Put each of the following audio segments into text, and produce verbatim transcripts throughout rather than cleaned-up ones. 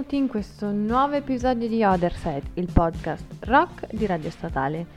benvenuti in questo nuovo episodio di Other Side, il podcast rock di Radio Statale.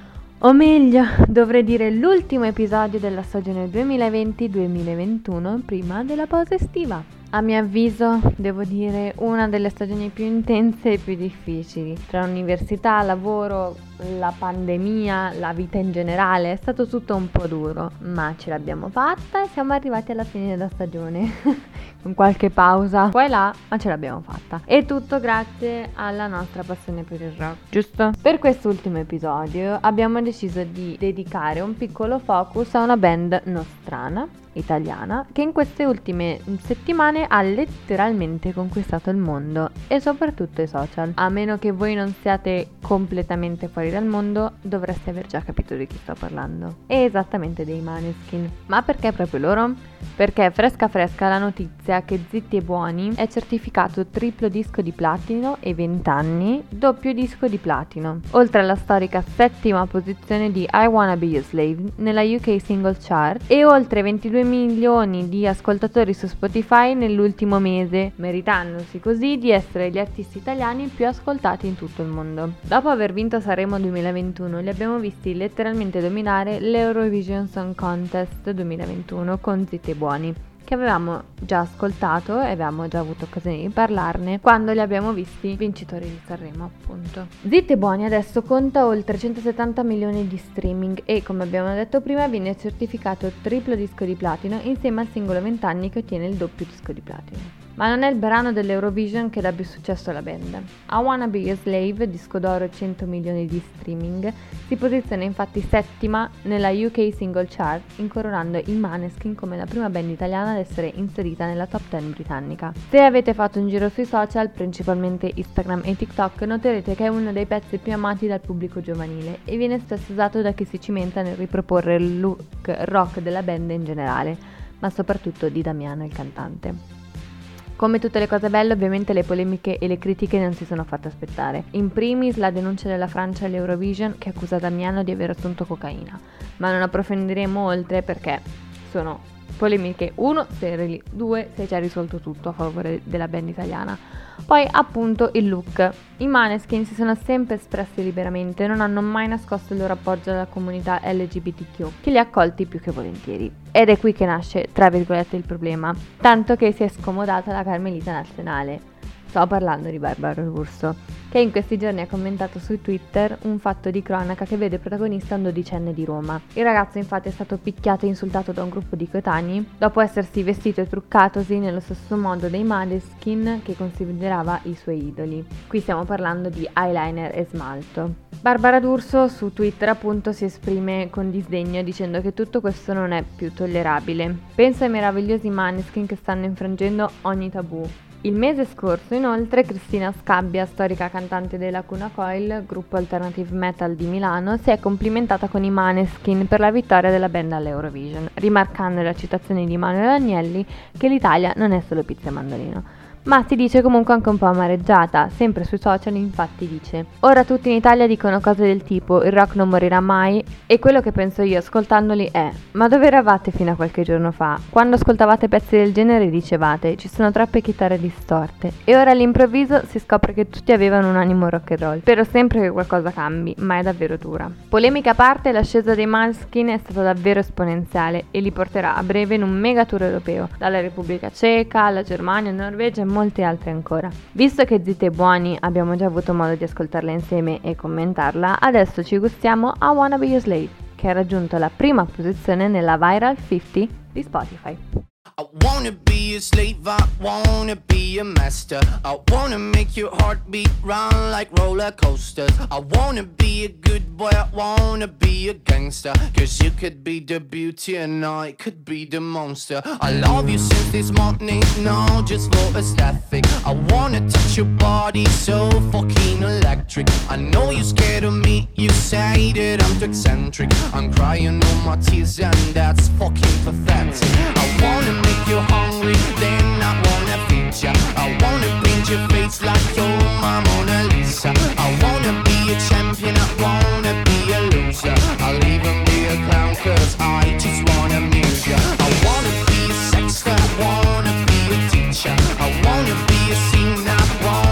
O meglio, dovrei dire l'ultimo episodio della stagione duemilaventi duemilaventuno prima della pausa estiva. A mio avviso, devo dire, una delle stagioni più intense e più difficili. Tra università, lavoro, la pandemia, la vita in generale, è stato tutto un po' duro, ma ce l'abbiamo fatta e siamo arrivati alla fine della stagione. Con qualche pausa qua e là, ma ce l'abbiamo fatta. E tutto grazie alla nostra passione per il rock, giusto? Per quest'ultimo episodio abbiamo deciso di dedicare un piccolo focus a una band nostrana, italiana, che in queste ultime settimane ha letteralmente conquistato il mondo e soprattutto i social. A meno che voi non siate completamente fuori dal mondo, dovreste aver già capito di chi sto parlando. È esattamente dei Maneskin. Ma perché proprio loro? Perché è fresca fresca la notizia che Zitti e Buoni è certificato triplo disco di platino e venti anni doppio disco di platino, oltre alla storica settima posizione di I Wanna Be Your Slave nella U K Single Chart e oltre ventidue milioni di ascoltatori su Spotify nell'ultimo mese, meritandosi così di essere gli artisti italiani più ascoltati in tutto il mondo. Dopo aver vinto Sanremo duemilaventuno, li abbiamo visti letteralmente dominare l'Eurovision Song Contest duemilaventuno con Zitti e Buoni, che avevamo già ascoltato e avevamo già avuto occasione di parlarne quando li abbiamo visti vincitori di Sanremo, appunto. Zitti e Buoni adesso conta oltre centosettanta milioni di streaming e, come abbiamo detto prima, viene certificato triplo disco di platino insieme al singolo venti anni che ottiene il doppio disco di platino. Ma non è il brano dell'Eurovision che dà più successo alla band. I Wanna Be Your Slave, disco d'oro e cento milioni di streaming, si posiziona infatti settima nella U K Single Chart, incoronando i Maneskin come la prima band italiana ad essere inserita nella top dieci britannica. Se avete fatto un giro sui social, principalmente Instagram e TikTok, noterete che è uno dei pezzi più amati dal pubblico giovanile e viene spesso usato da chi si cimenta nel riproporre il look rock della band in generale, ma soprattutto di Damiano, il cantante. Come tutte le cose belle, ovviamente le polemiche e le critiche non si sono fatte aspettare. In primis la denuncia della Francia all'Eurovision che accusa Damiano di aver assunto cocaina, ma non approfondiremo oltre perché sono polemiche uno, sterili, due, si è già risolto tutto a favore della band italiana. Poi appunto il look. I Maneskin si sono sempre espressi liberamente e non hanno mai nascosto il loro appoggio alla comunità L G B T Q, che li ha accolti più che volentieri. Ed è qui che nasce, tra virgolette, il problema, tanto che si è scomodata la Carmelita nazionale. Sto parlando di Barbara D'Urso, che in questi giorni ha commentato su Twitter un fatto di cronaca che vede protagonista un dodicenne di Roma. Il ragazzo infatti è stato picchiato e insultato da un gruppo di coetanei dopo essersi vestito e truccatosi nello stesso modo dei Maneskin che considerava i suoi idoli. Qui stiamo parlando di eyeliner e smalto. Barbara D'Urso su Twitter appunto si esprime con disdegno dicendo che tutto questo non è più tollerabile. Pensa ai meravigliosi Maneskin che stanno infrangendo ogni tabù. Il mese scorso, inoltre, Cristina Scabbia, storica cantante dei Lacuna Coil, gruppo alternative metal di Milano, si è complimentata con i Maneskin per la vittoria della band all'Eurovision, rimarcando la citazione di Manuel Agnelli che l'Italia non è solo pizza e mandolino. Ma si dice comunque anche un po' amareggiata, sempre sui social infatti dice: ora tutti in Italia dicono cose del tipo il rock non morirà mai e quello che penso io ascoltandoli è: ma dove eravate fino a qualche giorno fa? Quando ascoltavate pezzi del genere dicevate ci sono troppe chitarre distorte e ora all'improvviso si scopre che tutti avevano un animo rock and roll. Spero sempre che qualcosa cambi, ma è davvero dura. Polemica a parte, l'ascesa dei Maneskin è stata davvero esponenziale e li porterà a breve in un mega tour europeo, dalla Repubblica Ceca alla Germania, Norvegia e molte altre ancora. Visto che Zitti e Buoni abbiamo già avuto modo di ascoltarla insieme e commentarla, adesso ci gustiamo I Wanna Be Your Slave, che ha raggiunto la prima posizione nella Viral cinquanta di Spotify. I wanna be a slave, I wanna be a master. I wanna make your heartbeat run like roller coasters. I wanna be a good boy, I wanna be a gangster. Cause you could be the beauty and I could be the monster. I love you since this morning, no, just for aesthetic. I wanna touch your body so fucking electric. I know you're scared of me, you say that I'm too eccentric. I'm crying all my tears and that's fucking pathetic. I wanna make you hungry, then I wanna feed ya. I wanna paint your face like you're my Mona Lisa. I wanna be a champion, I wanna be a loser. I'll even be a clown cause I just wanna amuse ya. I wanna be a sexter, I wanna be a teacher. I wanna be a singer, I wanna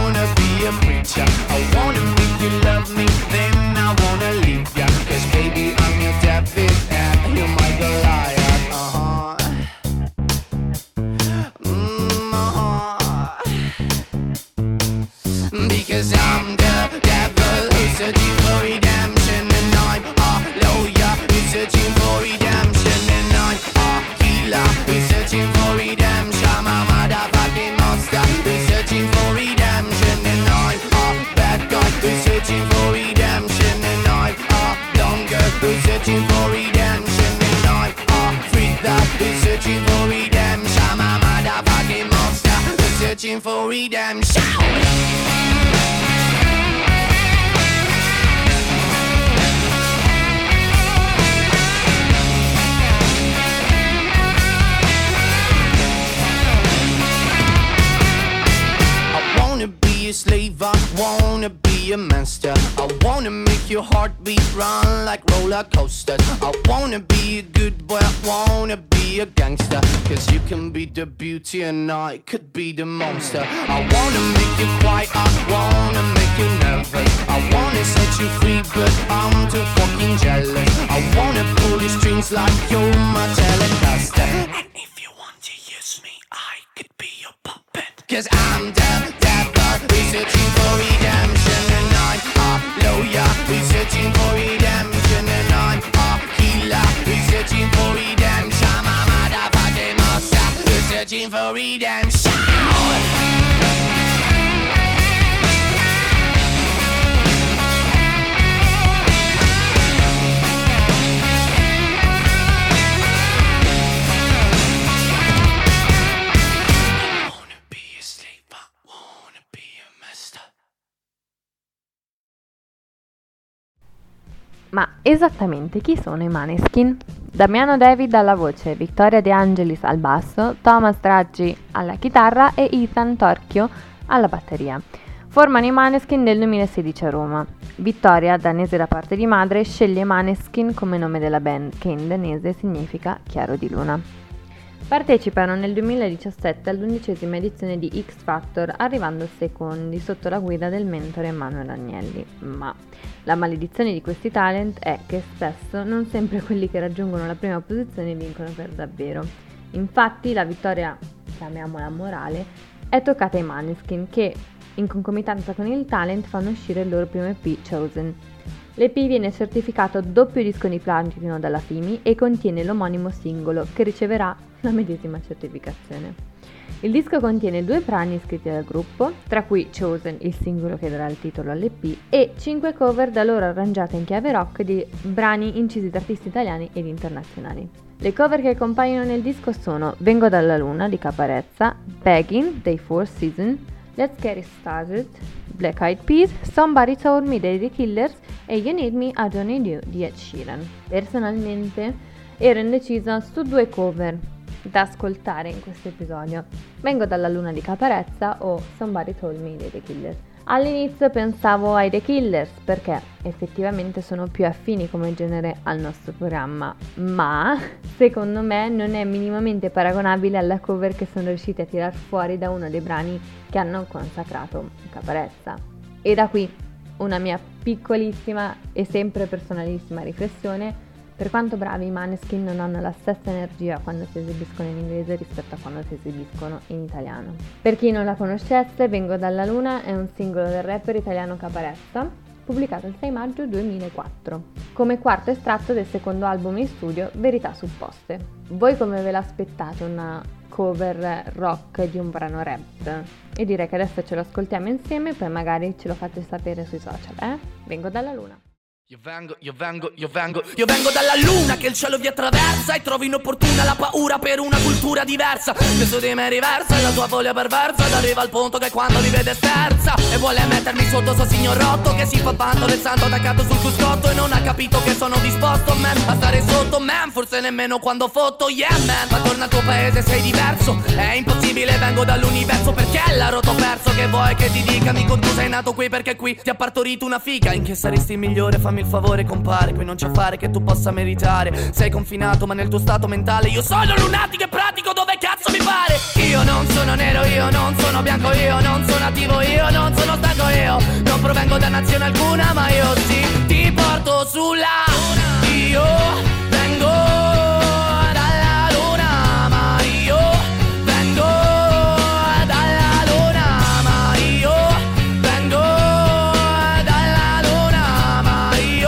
redemption, and I'm a lawyer who's searching for redemption, and I'm a healer who's searching for redemption. I'm a motherfucking monster who's searching for redemption, and I'm a bad guy who's searching for redemption, and I'm a blonde girl who's searching for redemption, and I'm a freak that who's searching for redemption. I'm a motherfucking monster who's searching for redemption. A slave, I wanna be a master. I wanna make your heartbeat run like roller coasters. I wanna be a good boy, I wanna be a gangster. Cause you can be the beauty and I could be the monster. I wanna make you quiet, I wanna make you nervous. I wanna set you free, but I'm too fucking jealous. I wanna pull your strings like you're my Telecaster. And if you want to use me, I could be your puppet. Cause I'm the devil, we're searching for redemption, and I'm a lawyer, we're searching for redemption, and I'm a healer, we're searching for redemption. I'm a motherfucking monster, we're searching for redemption. Ma esattamente chi sono i Maneskin? Damiano David alla voce, Victoria De Angelis al basso, Thomas Draggi alla chitarra e Ethan Torchio alla batteria. Formano i Maneskin nel duemilasedici a Roma. Vittoria, danese da parte di madre, sceglie Maneskin come nome della band, che in danese significa chiaro di luna. Partecipano nel duemiladiciassette all'undicesima edizione di X Factor, arrivando secondi sotto la guida del mentore Emanuele Agnelli. Ma la maledizione di questi talent è che spesso non sempre quelli che raggiungono la prima posizione vincono per davvero. Infatti la vittoria, chiamiamola morale, è toccata ai Maneskin, che in concomitanza con il talent fanno uscire il loro primo E P, Chosen. L'E P viene certificato doppio disco di platino dalla F I M I e contiene l'omonimo singolo, che riceverà la medesima certificazione. Il disco contiene due brani scritti dal gruppo, tra cui Chosen, il singolo che darà il titolo all'E P, e cinque cover da loro arrangiate in chiave rock di brani incisi da artisti italiani ed internazionali. Le cover che compaiono nel disco sono Vengo dalla luna di Caparezza, Begging dei Four Seasons, Let's Get It Started, Black Eyed Peas, Somebody Told Me dei The Killers e You Need Me, I Don't Need You di Ed Sheeran. Personalmente ero indecisa su due cover da ascoltare in questo episodio: Vengo dalla luna di Caparezza o Somebody Told Me dei The Killers. All'inizio pensavo ai The Killers perché effettivamente sono più affini come genere al nostro programma, ma secondo me non è minimamente paragonabile alla cover che sono riusciti a tirar fuori da uno dei brani che hanno consacrato Caparezza. E da qui una mia piccolissima e sempre personalissima riflessione: per quanto bravi i Maneskin non hanno la stessa energia quando si esibiscono in inglese rispetto a quando si esibiscono in italiano. Per chi non la conoscesse, Vengo dalla luna è un singolo del rapper italiano Caparezza, pubblicato il sei maggio duemilaquattro, come quarto estratto del secondo album in studio Verità supposte. Voi come ve l'aspettate una cover rock di un brano rap? E direi che adesso ce lo ascoltiamo insieme, poi magari ce lo fate sapere sui social, eh? Vengo dalla luna. Io vengo, io vengo, io vengo, io vengo dalla luna che il cielo vi attraversa e trovo inopportuna la paura per una cultura diversa. Questo di me riversa e la tua voglia perversa ed arriva al punto che quando li vede sterza e vuole mettermi sotto suo signor rotto che si fa vanto del santo attaccato sul cruscotto e non ha capito che sono disposto, man, a stare sotto, man, forse nemmeno quando fotto, yeah, man. Ma torna al tuo paese, sei diverso, è impossibile, vengo dall'universo perché l'ha rotto perso. Che vuoi che ti dica, amico, tu sei nato qui perché qui ti ha partorito una figa. In che saresti il migliore, fammi il favore, compare, qui non c'è affare che tu possa meritare. Sei confinato ma nel tuo stato mentale io sono lunatico e pratico dove cazzo mi pare. Io non sono nero, io non sono bianco, io non sono attivo, io non sono stanco, io non provengo da nazione alcuna, ma io sì, ti porto sulla luna. Io vengo dalla luna, ma io vengo dalla luna, ma io vengo dalla luna, ma io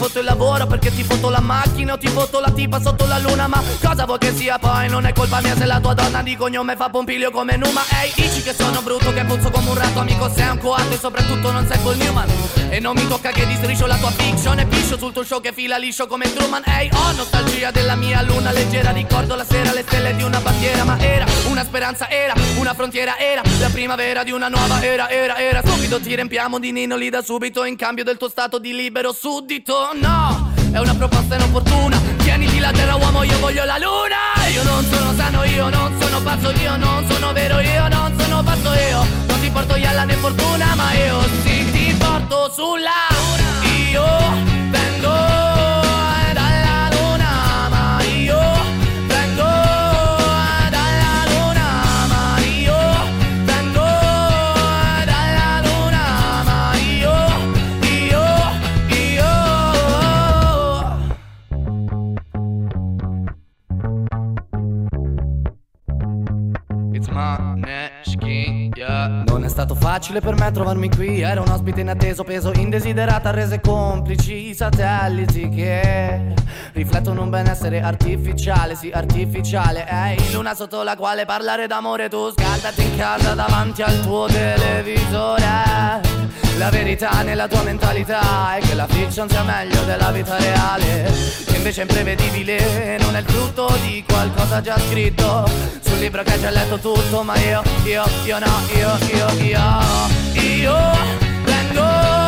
sotto il lavoro perché ti foto la macchina o ti foto la tipa sotto la luna. Ma cosa vuoi che sia poi? Non è colpa mia se la tua donna di cognome fa Pompilio come Numa. Ehi, dici che sono brutto, che puzzo come un ratto, amico sei un coatto e soprattutto non sei Paul Newman. E non mi tocca che disdriscio la tua fiction e piscio sul tuo show che fila liscio come Truman. Ehi, ho nostalgia della mia luna leggera, ricordo la sera le stelle di una bandiera. Ma era una speranza, era una frontiera, era la primavera di una nuova era, era, era. Subito ti riempiamo di ninoli da subito in cambio del tuo stato di libero suddito. No, è una proposta inopportuna. Tieniti la terra uomo, io voglio la luna. Io non sono sano, io non sono pazzo, io non sono vero, io non sono pazzo, io non ti porto ialla né fortuna, ma io sì ti porto sulla luna. Io vengo dalla luna, ma io vengo dalla luna, ma io vengo dalla luna, ma io, io, io. It's Måneskin, yeah. Non è stato facile per me trovarmi qui, ero un ospite inatteso, peso indesiderata, rese complici i satelliti che riflettono un benessere artificiale, sì artificiale. Ehi, luna sotto la quale parlare d'amore, tu scaldati in casa davanti al tuo televisore. La verità nella tua mentalità è che la fiction sia meglio della vita reale, che invece è imprevedibile, non è il frutto di qualcosa già scritto sul libro che hai già letto tutto. Ma io, io, io no, io, io, io, io vengo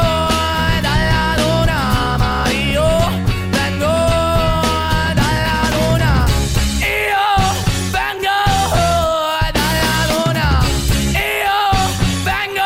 dalla luna, ma io vengo dalla luna, io vengo dalla luna, io vengo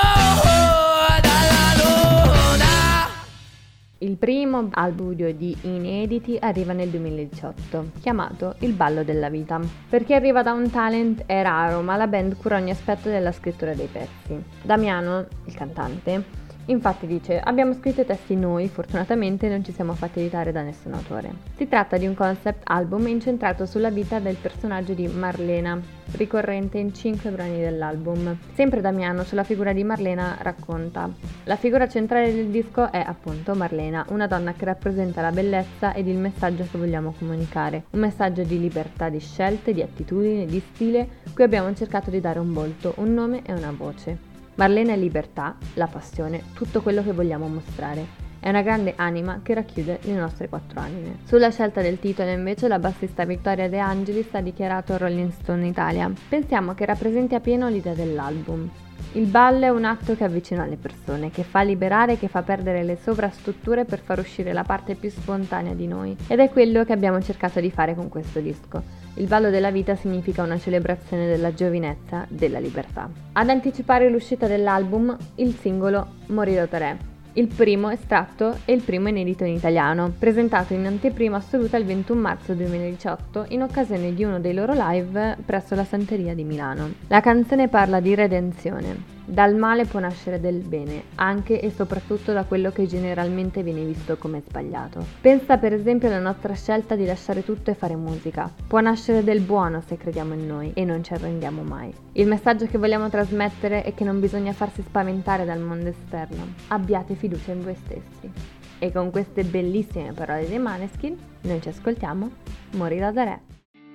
dalla luna. Il primo album di inediti arriva nel duemiladiciotto, chiamato Il ballo della vita. Perché arriva da un talent è raro, ma la band cura ogni aspetto della scrittura dei pezzi. Damiano, il cantante, infatti dice: abbiamo scritto i testi noi, fortunatamente non ci siamo fatti editare da nessun autore. Si tratta di un concept album incentrato sulla vita del personaggio di Marlena, ricorrente in cinque brani dell'album. Sempre Damiano sulla figura di Marlena racconta: la figura centrale del disco è appunto Marlena, una donna che rappresenta la bellezza ed il messaggio che vogliamo comunicare, un messaggio di libertà di scelte, di attitudini, di stile, cui abbiamo cercato di dare un volto, un nome e una voce. Marlena è libertà, la passione, tutto quello che vogliamo mostrare. È una grande anima che racchiude le nostre quattro anime. Sulla scelta del titolo invece la bassista Vittoria De Angelis ha dichiarato a Rolling Stone Italia: pensiamo che rappresenti appieno l'idea dell'album. Il ballo è un atto che avvicina le persone, che fa liberare, che fa perdere le sovrastrutture per far uscire la parte più spontanea di noi. Ed è quello che abbiamo cercato di fare con questo disco. Il ballo della vita significa una celebrazione della giovinezza, della libertà. Ad anticipare l'uscita dell'album, il singolo Morirò da re. Il primo estratto è il primo inedito in italiano, presentato in anteprima assoluta il ventuno marzo duemiladiciotto in occasione di uno dei loro live presso la Santeria di Milano. La canzone parla di redenzione. Dal male può nascere del bene, anche e soprattutto da quello che generalmente viene visto come sbagliato. Pensa per esempio alla nostra scelta di lasciare tutto e fare musica. Può nascere del buono se crediamo in noi e non ci arrendiamo mai. Il messaggio che vogliamo trasmettere è che non bisogna farsi spaventare dal mondo esterno. Abbiate fiducia in voi stessi. E con queste bellissime parole dei Måneskin, noi ci ascoltiamo Morirò da re.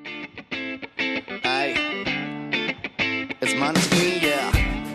Hey, it's Måneskin, yeah.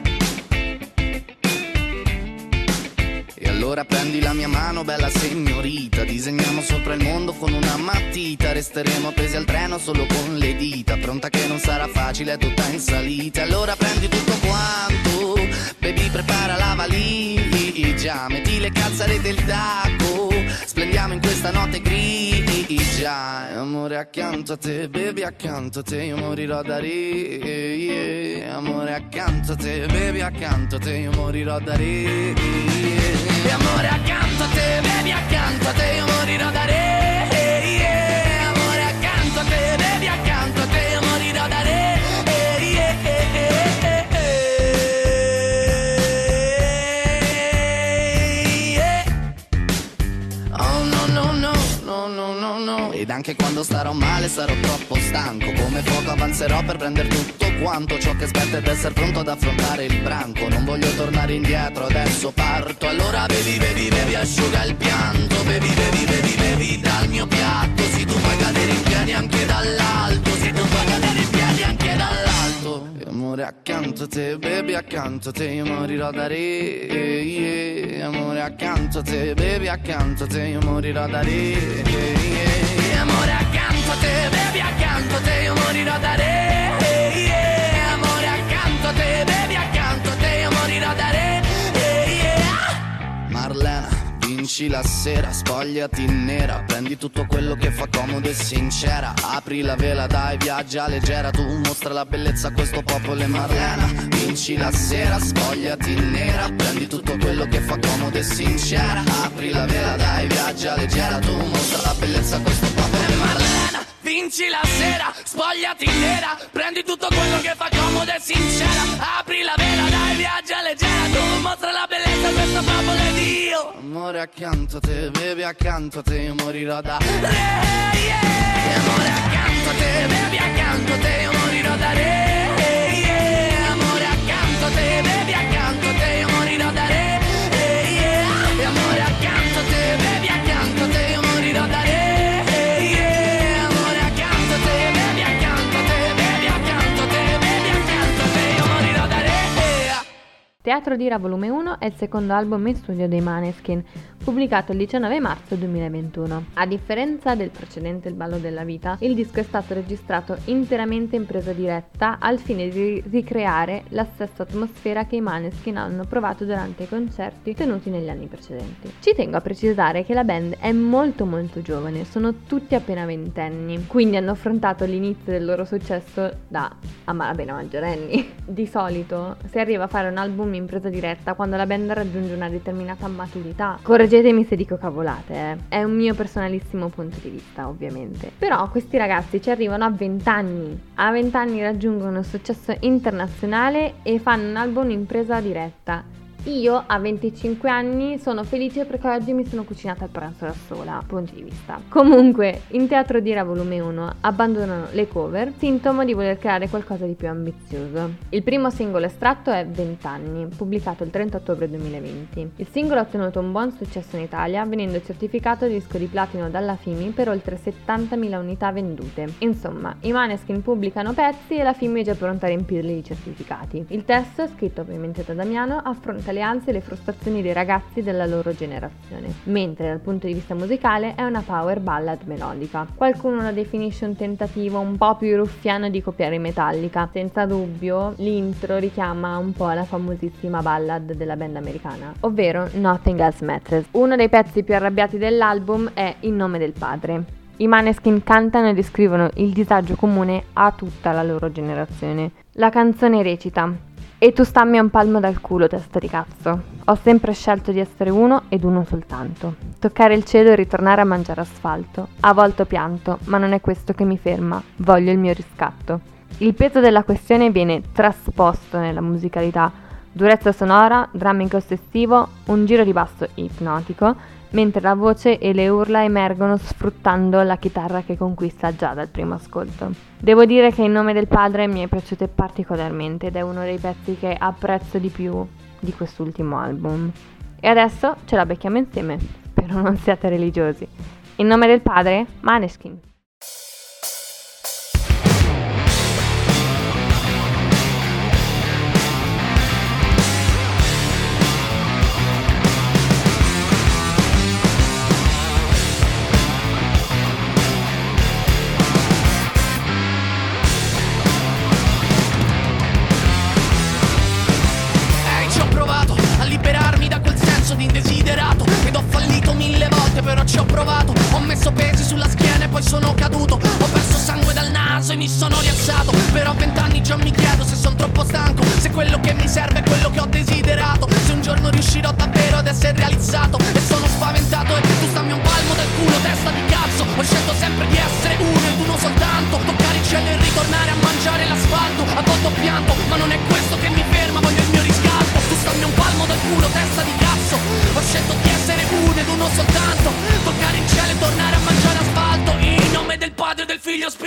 E allora prendi la mia mano, bella signorita, disegniamo sopra il mondo con una matita, resteremo appesi al treno solo con le dita, pronta che non sarà facile, è tutta in salita. Allora prendi tutto quanto, baby prepara la valigia, metti le calzarete e il tacco, splendiamo in questa notte grigia. E amore accanto a te, baby accanto a te, io morirò da re, yeah. Amore accanto a te, baby accanto a te, io morirò da re, yeah. E amore accanto a te, baby accanto a te, io morirò da re, yeah. Amore accanto a te, baby accanto a te, io morirò da re, yeah. Oh no no no, no no no no. Ed anche quando starò male sarò troppo stanco. Come fuoco avanzerò per prendere tutto quanto ciò che aspetta ed essere pronto ad affrontare il branco. Non voglio tornare indietro, adesso parto. Allora bevi, bevi, bevi, asciuga il pianto. Bevi, bevi, bevi, bevi dal mio piatto. Sì, tu puoi cadere in piedi anche dall'alto. Sì, tu puoi cadere in piedi anche dall'alto. E amore accanto a te, bevi accanto a te, io morirò da re, yeah. Amore accanto a te, bevi accanto a te, io morirò da re, yeah. Amore accanto a te, bevi accanto a te, io morirò da re, yeah. Amore accanto a te, bevi accanto a te, io morirò da re, yeah. Marlena, vinci la sera, spogliati nera, prendi tutto quello che fa comodo e sincera, apri la vela, dai, viaggia leggera, tu mostra la bellezza a questo popolo. E Marlena, vinci la sera, spogliati nera, prendi tutto quello che fa comodo e sincera, apri la vela, dai, viaggia leggera, tu mostra la bellezza a questo popolo. E Marlena, vinci la sera, spogliati nera, prendi tutto quello che fa comodo e sincera, apri la vela, dai, viaggia leggera, tu mostra la bellezza a questo popolo ed io. Amore accanto a te, bevi accanto a te, io morirò da re, yeah. Amore accanto a te, bevi accanto a te, io morirò da re, yeah. Amore accanto a te, bevi accanto a te, io morirò da re, yeah. Amore accanto a te, bevi accanto a te, io morirò da re, yeah. Amore accanto a te, bevi accanto a te, bevi accanto a te, bevi accanto a te, io morirò da re, yeah. Teatro d'Ira volume uno è il secondo album in studio dei Maneskin, pubblicato il diciannove marzo duemilaventuno. A differenza del precedente Il ballo della vita, il disco è stato registrato interamente in presa diretta al fine di ricreare la stessa atmosfera che i Maneskin hanno provato durante i concerti tenuti negli anni precedenti. Ci tengo a precisare che la band è molto molto giovane, sono tutti appena ventenni, quindi hanno affrontato l'inizio del loro successo da a malapena maggiorenni. Di solito si arriva a fare un album in presa diretta quando la band raggiunge una determinata maturità. Correggetemi se dico cavolate, eh. È un mio personalissimo punto di vista, ovviamente. Però questi ragazzi ci arrivano a venti anni. A venti anni raggiungono un successo internazionale e fanno un album in presa diretta. Io a venticinque anni sono felice perché oggi mi sono cucinata il pranzo da sola, punti di vista. Comunque, in Teatro d'Ira volume uno abbandonano le cover, sintomo di voler creare qualcosa di più ambizioso. Il primo singolo estratto è venti anni, pubblicato il trenta ottobre duemilaventi. Il singolo ha ottenuto un buon successo in Italia, venendo certificato disco di platino dalla Fimi per oltre settantamila unità vendute. Insomma, i Maneskin pubblicano pezzi e la Fimi è già pronta a riempirli di certificati. Il testo, scritto ovviamente da Damiano, affronta le ansie e le frustrazioni dei ragazzi della loro generazione, mentre dal punto di vista musicale è una power ballad melodica. Qualcuno la definisce un tentativo un po' più ruffiano di copiare i Metallica. Senza dubbio l'intro richiama un po' la famosissima ballad della band americana, ovvero Nothing Else Matters. Uno dei pezzi più arrabbiati dell'album è In nome del padre. I Maneskin cantano e descrivono il disagio comune a tutta la loro generazione. La canzone recita: e tu stammi a un palmo dal culo, testa di cazzo. Ho sempre scelto di essere uno ed uno soltanto. Toccare il cielo e ritornare a mangiare asfalto. A volte ho pianto, ma non è questo che mi ferma. Voglio il mio riscatto. Il peso della questione viene trasposto nella musicalità. Durezza sonora, drumming ossessivo, un giro di basso ipnotico, mentre la voce e le urla emergono sfruttando la chitarra che conquista già dal primo ascolto. Devo dire che In nome del padre mi è piaciuto particolarmente ed è uno dei pezzi che apprezzo di più di quest'ultimo album. E adesso ce la becchiamo insieme, spero non siate religiosi. In nome del padre, Maneskin. Ci ho provato, ho messo pesi sulla schiena e poi sono caduto. Ho perso sangue dal naso e mi sono rialzato. Però a vent'anni già mi chiedo se sono troppo stanco, se quello che mi serve è quello che ho desiderato, se un giorno riuscirò davvero ad essere realizzato. E sono spaventato e tu stammi un palmo dal culo, testa di cazzo. Ho scelto sempre di essere uno ed uno soltanto. Toccare il cielo e ritornare a mangiare l'asfalto. A volte ho pianto, ma non è questo che mi ferma, voglio il mio riscatto. Tu stammi un palmo dal culo, testa di cazzo. Ho scelto di essere uno ed uno soltanto. Toccare il cielo e tornare a mangiare asfalto. In nome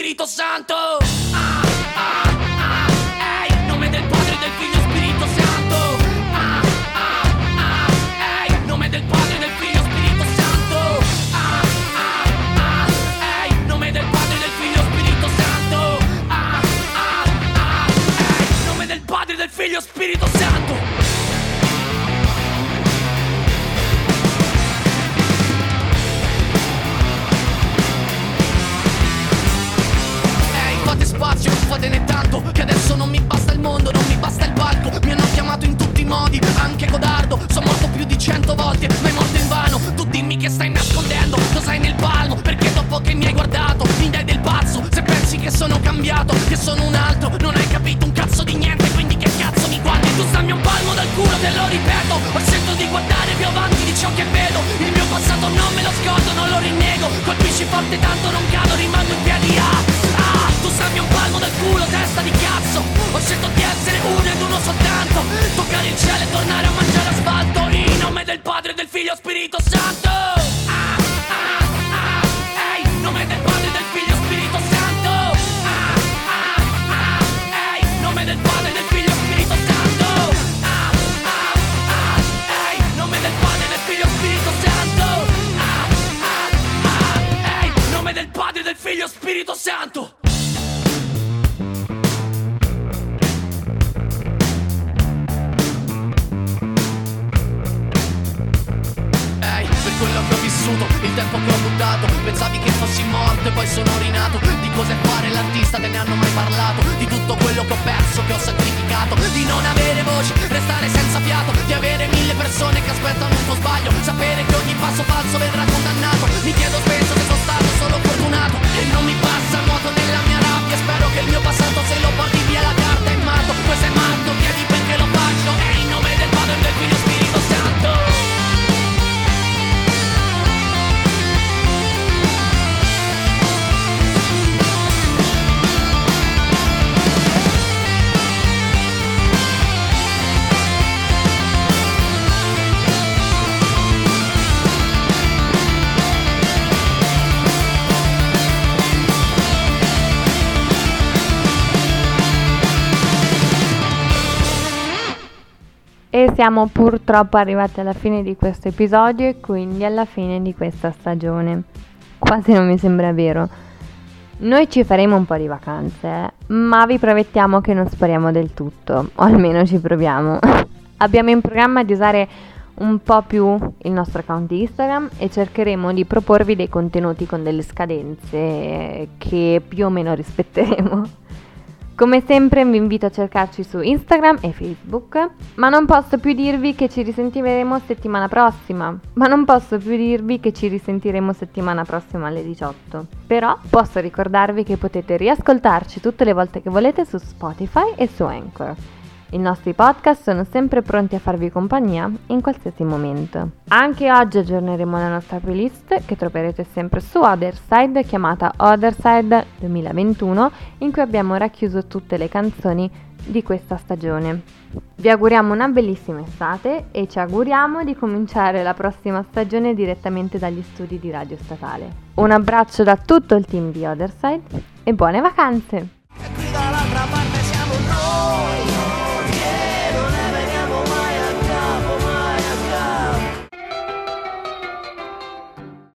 Spirito Santo. Ah, ah, ah, ehi, nome del Padre, del Figlio, Spirito Santo. Ah, ah, ah, ehi, nome del Padre, del Figlio, Spirito Santo. Ah, ah, ah, ehi, nome del Padre, del Figlio, Spirito Santo. Ah, ah, ah, ehi, nome del Padre, del Figlio, Spirito Santo. Spazio, fatene tanto, che adesso non mi basta il mondo, non mi basta il palco. Mi hanno chiamato in tutti i modi, anche codardo. Sono morto più di cento volte, ma è morto in vano. Tu dimmi che stai nascondendo, cos'hai nel palmo? Perché dopo che mi hai guardato, mi dai del pazzo. Se pensi che sono cambiato, che sono un altro, non hai capito un cazzo di niente, quindi che cazzo mi guardi? Tu stammi un palmo dal culo, te lo ripeto. Ho scelto di guardare più avanti di ciò che vedo. Il mio passato non me lo scordo, non lo rinnego. Colpisci forte tanto non cado, rimango in piedi. Ah, ah, tu stammi un palmo dal culo, testa di cazzo. Ho scelto di essere uno ed uno soltanto. Toccare il cielo e tornare a mangiare asfalto. In nome del Padre, del Figlio, Spirito Santo. Ah, ah, ah, ehi, nome del Padre, del Figlio, Spirito Santo. Ah, ah, ah, ehi, nome del Padre, del Figlio, Spirito Santo. Ah, ah, ah, ehi, nome del Padre, del Figlio, Spirito Santo. Ah, ah, ah, ehi, nome del Padre, del Figlio, Spirito Santo. Quello che ho vissuto, il tempo che ho buttato. Pensavi che fossi morto e poi sono rinato. Di cosa è fare l'artista, te ne hanno mai parlato? Di tutto quello che ho perso, che ho sacrificato. Di non avere voce, restare senza fiato. Di avere mille persone che aspettano un tuo sbaglio. Sapere che ogni passo falso verrà condannato. Mi chiedo spesso se sono stato solo fortunato. E non mi passa nuoto nella mia rabbia. Spero che il mio passato se lo porti via la carta in matto. Questo è matto, chiedi perché lo faccio. E in nome del Padre, del Figlio, Spirito Santo. E siamo purtroppo arrivati alla fine di questo episodio e quindi alla fine di questa stagione. Quasi non mi sembra vero. Noi ci faremo un po' di vacanze, eh? Ma vi promettiamo che non spariamo del tutto, o almeno ci proviamo. Abbiamo in programma di usare un po' più il nostro account Instagram e cercheremo di proporvi dei contenuti con delle scadenze che più o meno rispetteremo. Come sempre vi invito a cercarci su Instagram e Facebook, ma non posso più dirvi che ci risentiremo settimana prossima, ma non posso più dirvi che ci risentiremo settimana prossima alle diciotto. Però posso ricordarvi che potete riascoltarci tutte le volte che volete su Spotify e su Anchor. I nostri podcast sono sempre pronti a farvi compagnia in qualsiasi momento. Anche oggi aggiorneremo la nostra playlist che troverete sempre su Otherside, chiamata Otherside duemilaventuno, in cui abbiamo racchiuso tutte le canzoni di questa stagione. Vi auguriamo una bellissima estate e ci auguriamo di cominciare la prossima stagione direttamente dagli studi di Radio Statale. Un abbraccio da tutto il team di Otherside e buone vacanze!